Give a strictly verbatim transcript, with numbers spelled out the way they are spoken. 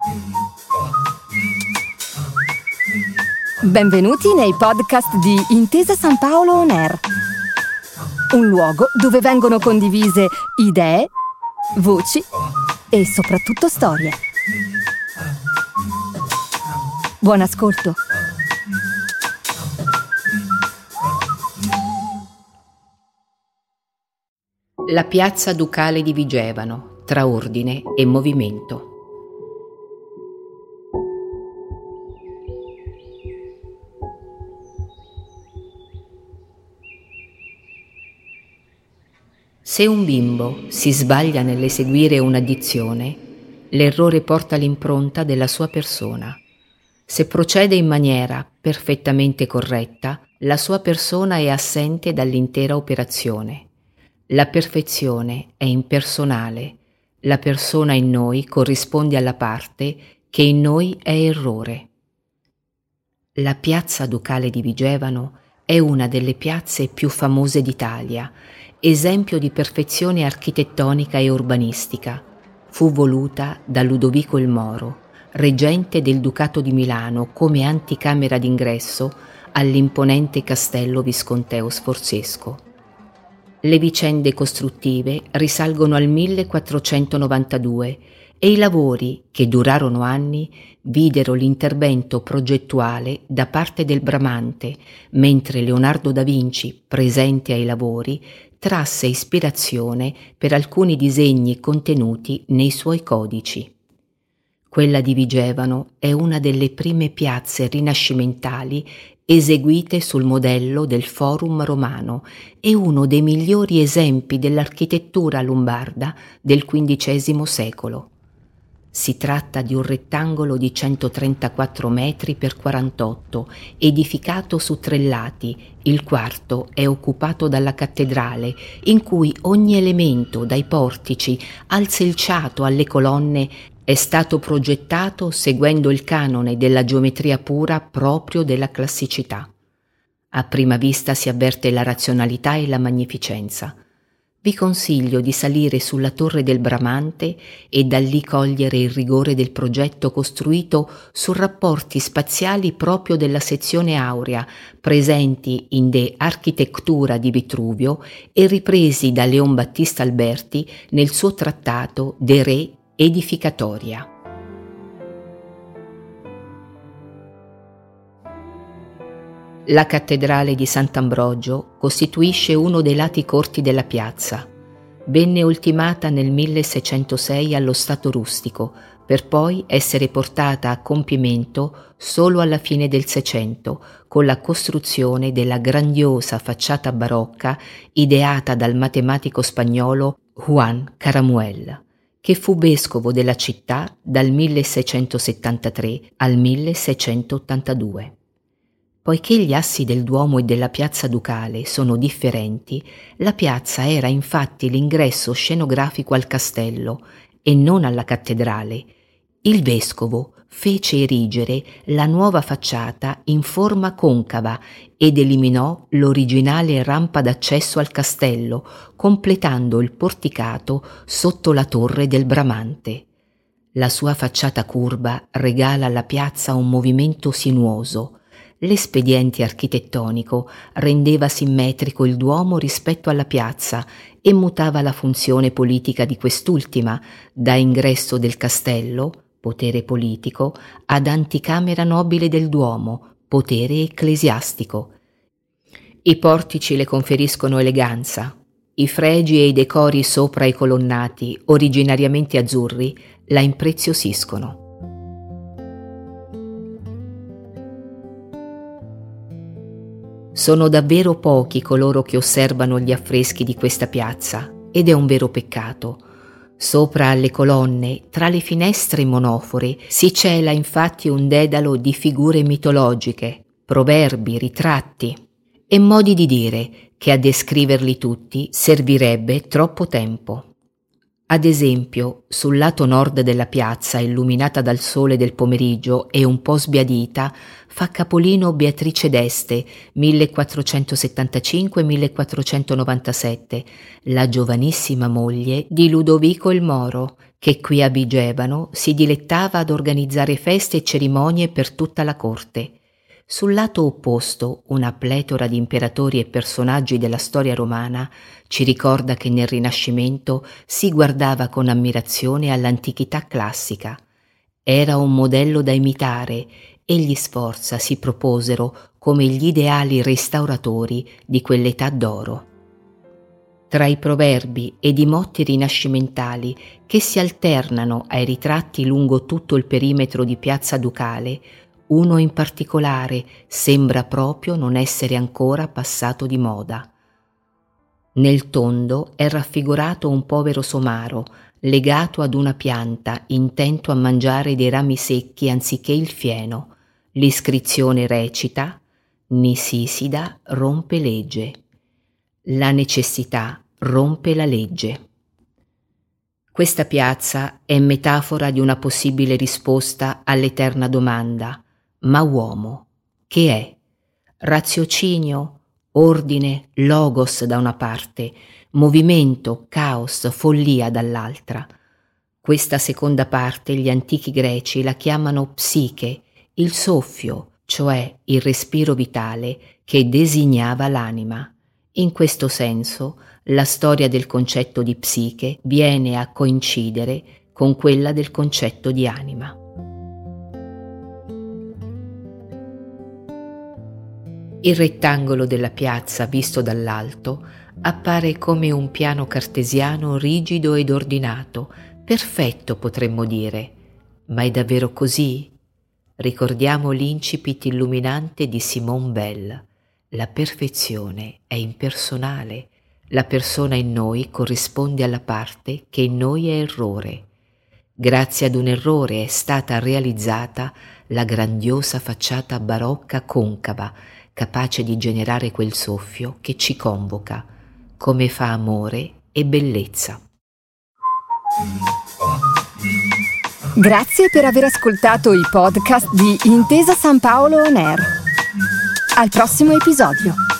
Benvenuti nei podcast di Intesa San Paolo On Air, un luogo dove vengono condivise idee, voci e soprattutto storie. Buon ascolto. La piazza ducale di Vigevano, tra ordine e movimento. Se un bimbo si sbaglia nell'eseguire un'addizione, l'errore porta l'impronta della sua persona. Se procede in maniera perfettamente corretta, la sua persona è assente dall'intera operazione. La perfezione è impersonale. La persona in noi corrisponde alla parte che in noi è errore. La piazza ducale di Vigevano è una delle piazze più famose d'Italia, esempio di perfezione architettonica e urbanistica. Fu voluta da Ludovico il Moro, reggente del Ducato di Milano, come anticamera d'ingresso all'imponente castello visconteo sforzesco. Le vicende costruttive risalgono al millequattrocentonovantadue e i lavori, che durarono anni, videro l'intervento progettuale da parte del Bramante, mentre Leonardo da Vinci, presente ai lavori, trasse ispirazione per alcuni disegni contenuti nei suoi codici. Quella di Vigevano è una delle prime piazze rinascimentali eseguite sul modello del Forum romano e uno dei migliori esempi dell'architettura lombarda del quindicesimo secolo. Si tratta di un rettangolo di centotrentaquattro metri per quarantotto, edificato su tre lati. Il quarto è occupato dalla cattedrale, in cui ogni elemento, dai portici al selciato alle colonne, è stato progettato seguendo il canone della geometria pura proprio della classicità. A prima vista si avverte la razionalità e la magnificenza. Vi consiglio di salire sulla torre del Bramante e da lì cogliere il rigore del progetto costruito su rapporti spaziali proprio della sezione aurea, presenti in De Architectura di Vitruvio e ripresi da Leon Battista Alberti nel suo trattato De Re Edificatoria. La cattedrale di Sant'Ambrogio costituisce uno dei lati corti della piazza. Venne ultimata nel milleseicentosei allo stato rustico, per poi essere portata a compimento solo alla fine del Seicento, con la costruzione della grandiosa facciata barocca ideata dal matematico spagnolo Juan Caramuel, che fu vescovo della città dal milleseicentosettantatré al milleseicentottantadue. Poiché gli assi del Duomo e della piazza ducale sono differenti, la piazza era infatti l'ingresso scenografico al castello e non alla cattedrale. Il vescovo fece erigere la nuova facciata in forma concava ed eliminò l'originale rampa d'accesso al castello, completando il porticato sotto la torre del Bramante. La sua facciata curva regala alla piazza un movimento sinuoso. L'espediente architettonico rendeva simmetrico il Duomo rispetto alla piazza e mutava la funzione politica di quest'ultima, da ingresso del castello, potere politico, ad anticamera nobile del Duomo, potere ecclesiastico. I portici le conferiscono eleganza. I fregi e i decori sopra i colonnati, originariamente azzurri, la impreziosiscono. Sono davvero pochi coloro che osservano gli affreschi di questa piazza, ed è un vero peccato. Sopra alle colonne, tra le finestre monofore, si cela infatti un dedalo di figure mitologiche, proverbi, ritratti e modi di dire che a descriverli tutti servirebbe troppo tempo. Ad esempio, sul lato nord della piazza, illuminata dal sole del pomeriggio e un po' sbiadita, fa capolino Beatrice d'Este, millequattrocentosettantacinque millequattrocentonovantasette, la giovanissima moglie di Ludovico il Moro, che qui a Vigevano si dilettava ad organizzare feste e cerimonie per tutta la corte. Sul lato opposto, una pletora di imperatori e personaggi della storia romana ci ricorda che nel Rinascimento si guardava con ammirazione all'antichità classica. Era un modello da imitare e gli Sforza si proposero come gli ideali restauratori di quell'età d'oro. Tra i proverbi ed i motti rinascimentali che si alternano ai ritratti lungo tutto il perimetro di Piazza Ducale, uno in particolare sembra proprio non essere ancora passato di moda. Nel tondo è raffigurato un povero somaro legato ad una pianta intento a mangiare dei rami secchi anziché il fieno. L'iscrizione recita: Nisisida rompe legge. La necessità rompe la legge. Questa piazza è metafora di una possibile risposta all'eterna domanda: ma uomo, che è? Raziocinio, ordine, logos da una parte, movimento, caos, follia dall'altra. Questa seconda parte gli antichi greci la chiamano psiche, il soffio, cioè il respiro vitale che designava l'anima. In questo senso, la storia del concetto di psiche viene a coincidere con quella del concetto di anima. Il rettangolo della piazza, visto dall'alto, appare come un piano cartesiano rigido ed ordinato, perfetto potremmo dire. Ma è davvero così? Ricordiamo l'incipit illuminante di Simone Weil. La perfezione è impersonale. La persona in noi corrisponde alla parte che in noi è errore. Grazie ad un errore è stata realizzata la grandiosa facciata barocca concava, capace di generare quel soffio che ci convoca, come fa amore e bellezza. Grazie per aver ascoltato i podcast di Intesa San Paolo On Air. Al prossimo episodio.